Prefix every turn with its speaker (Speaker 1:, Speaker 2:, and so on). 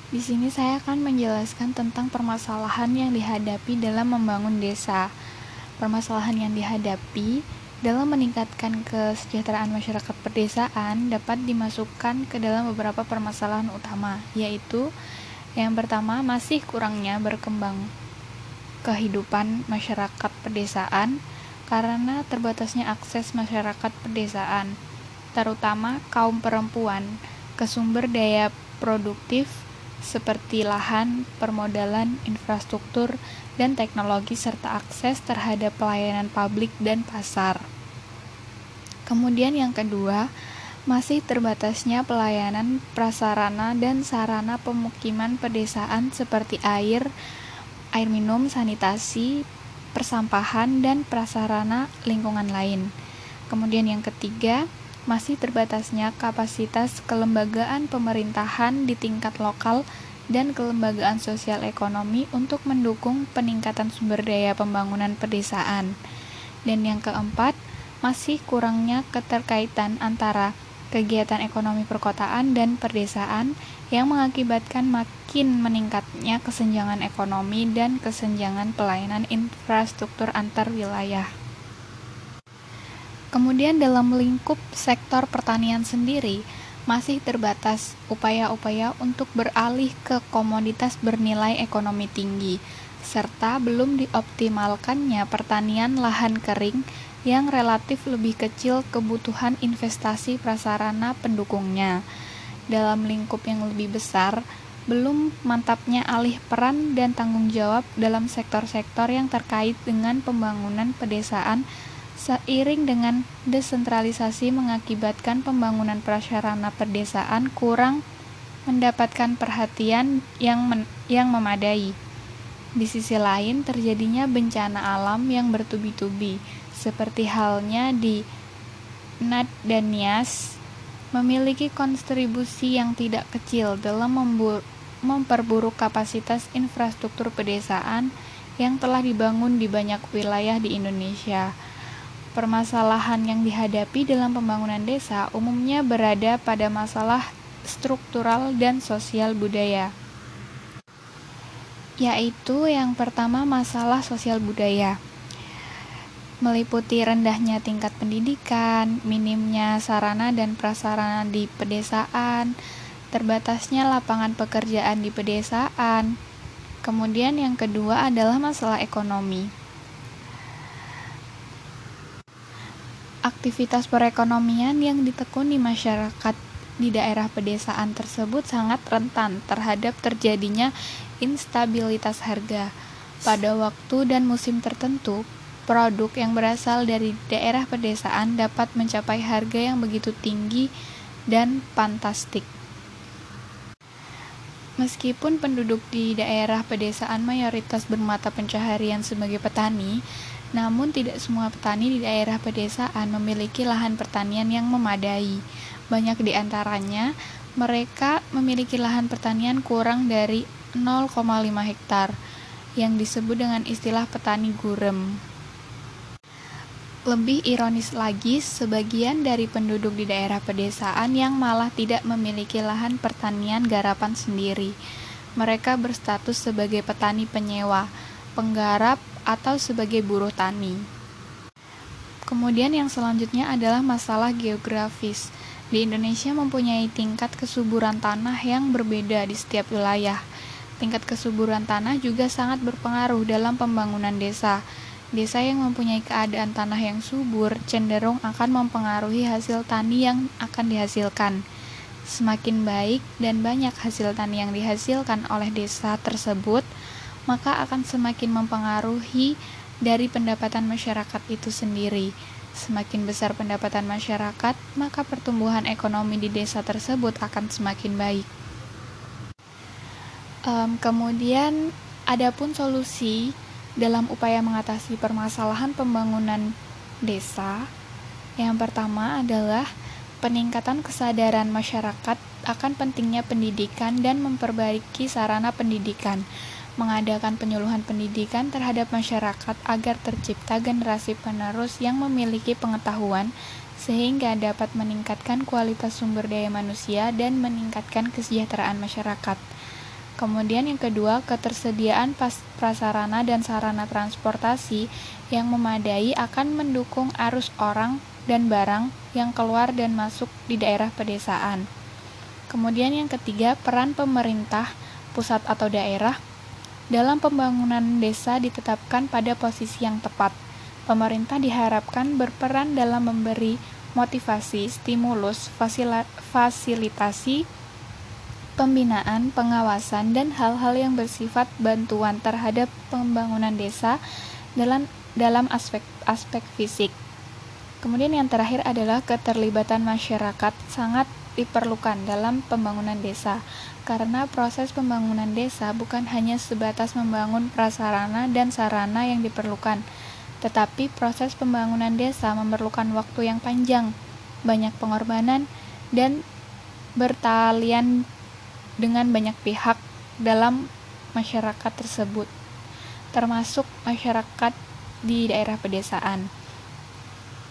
Speaker 1: Di sini saya akan menjelaskan tentang permasalahan yang dihadapi dalam membangun desa. Permasalahan yang dihadapi dalam meningkatkan kesejahteraan masyarakat pedesaan dapat dimasukkan ke dalam beberapa permasalahan utama, yaitu yang pertama, masih kurangnya berkembang kehidupan masyarakat pedesaan karena terbatasnya akses masyarakat pedesaan, terutama kaum perempuan, ke sumber daya produktif seperti lahan, permodalan, infrastruktur, dan teknologi serta akses terhadap pelayanan publik dan pasar. Kemudian yang kedua, masih terbatasnya pelayanan prasarana dan sarana pemukiman pedesaan seperti air minum, sanitasi, persampahan, dan prasarana lingkungan lain. Kemudian yang ketiga, masih terbatasnya kapasitas kelembagaan pemerintahan di tingkat lokal dan kelembagaan sosial ekonomi untuk mendukung peningkatan sumber daya pembangunan pedesaan. Dan yang keempat, masih kurangnya keterkaitan antara kegiatan ekonomi perkotaan dan pedesaan yang mengakibatkan makin meningkatnya kesenjangan ekonomi dan kesenjangan pelayanan infrastruktur antar wilayah. Kemudian dalam lingkup sektor pertanian sendiri, masih terbatas upaya-upaya untuk beralih ke komoditas bernilai ekonomi tinggi, serta belum dioptimalkannya pertanian lahan kering yang relatif lebih kecil kebutuhan investasi prasarana pendukungnya. Dalam lingkup yang lebih besar, belum mantapnya alih peran dan tanggung jawab dalam sektor-sektor yang terkait dengan pembangunan pedesaan seiring dengan desentralisasi mengakibatkan pembangunan prasarana pedesaan kurang mendapatkan perhatian yang memadai. Di sisi lain, terjadinya bencana alam yang bertubi-tubi, seperti halnya di Nad dan Nias, memiliki kontribusi yang tidak kecil dalam memperburuk kapasitas infrastruktur pedesaan yang telah dibangun di banyak wilayah di Indonesia. Permasalahan yang dihadapi dalam pembangunan desa umumnya berada pada masalah struktural dan sosial budaya, yaitu yang pertama masalah sosial budaya, meliputi rendahnya tingkat pendidikan, minimnya sarana dan prasarana di pedesaan, terbatasnya lapangan pekerjaan di pedesaan. Kemudian yang kedua adalah masalah ekonomi. Aktivitas perekonomian yang ditekuni masyarakat di daerah pedesaan tersebut sangat rentan terhadap terjadinya instabilitas harga. Pada waktu dan musim tertentu, produk yang berasal dari daerah pedesaan dapat mencapai harga yang begitu tinggi dan fantastik. Meskipun penduduk di daerah pedesaan mayoritas bermata pencaharian sebagai petani, namun tidak semua petani di daerah pedesaan memiliki lahan pertanian yang memadai. Banyak di antaranya, mereka memiliki lahan pertanian kurang dari 0,5 hektar, yang disebut dengan istilah petani gurem. Lebih ironis lagi, sebagian dari penduduk di daerah pedesaan yang malah tidak memiliki lahan pertanian garapan sendiri. Mereka berstatus sebagai petani penyewa, penggarap, atau sebagai buruh tani. Kemudian yang selanjutnya adalah masalah geografis. Di Indonesia mempunyai tingkat kesuburan tanah yang berbeda di setiap wilayah. Tingkat kesuburan tanah juga sangat berpengaruh dalam pembangunan desa. Desa yang mempunyai keadaan tanah yang subur cenderung akan mempengaruhi hasil tani yang akan dihasilkan. Semakin baik dan banyak hasil tani yang dihasilkan oleh desa tersebut, maka akan semakin mempengaruhi dari pendapatan masyarakat itu sendiri. Semakin besar pendapatan masyarakat, maka pertumbuhan ekonomi di desa tersebut akan semakin baik. Kemudian, adapun solusi dalam upaya mengatasi permasalahan pembangunan desa, yang pertama adalah peningkatan kesadaran masyarakat akan pentingnya pendidikan dan memperbaiki sarana pendidikan, mengadakan penyuluhan pendidikan terhadap masyarakat agar tercipta generasi penerus yang memiliki pengetahuan sehingga dapat meningkatkan kualitas sumber daya manusia dan meningkatkan kesejahteraan masyarakat. Kemudian yang kedua, ketersediaan prasarana dan sarana transportasi yang memadai akan mendukung arus orang dan barang yang keluar dan masuk di daerah pedesaan. Kemudian yang ketiga, peran pemerintah, pusat atau daerah dalam pembangunan desa ditetapkan pada posisi yang tepat. Pemerintah diharapkan berperan dalam memberi motivasi, stimulus, fasilitasi, pembinaan, pengawasan, dan hal-hal yang bersifat bantuan terhadap pembangunan desa dalam aspek fisik. Kemudian yang terakhir adalah keterlibatan masyarakat sangat diperlukan dalam pembangunan desa, karena proses pembangunan desa bukan hanya sebatas membangun prasarana dan sarana yang diperlukan, tetapi proses pembangunan desa memerlukan waktu yang panjang, banyak pengorbanan, dan bertalian dengan banyak pihak dalam masyarakat tersebut, termasuk masyarakat di daerah pedesaan.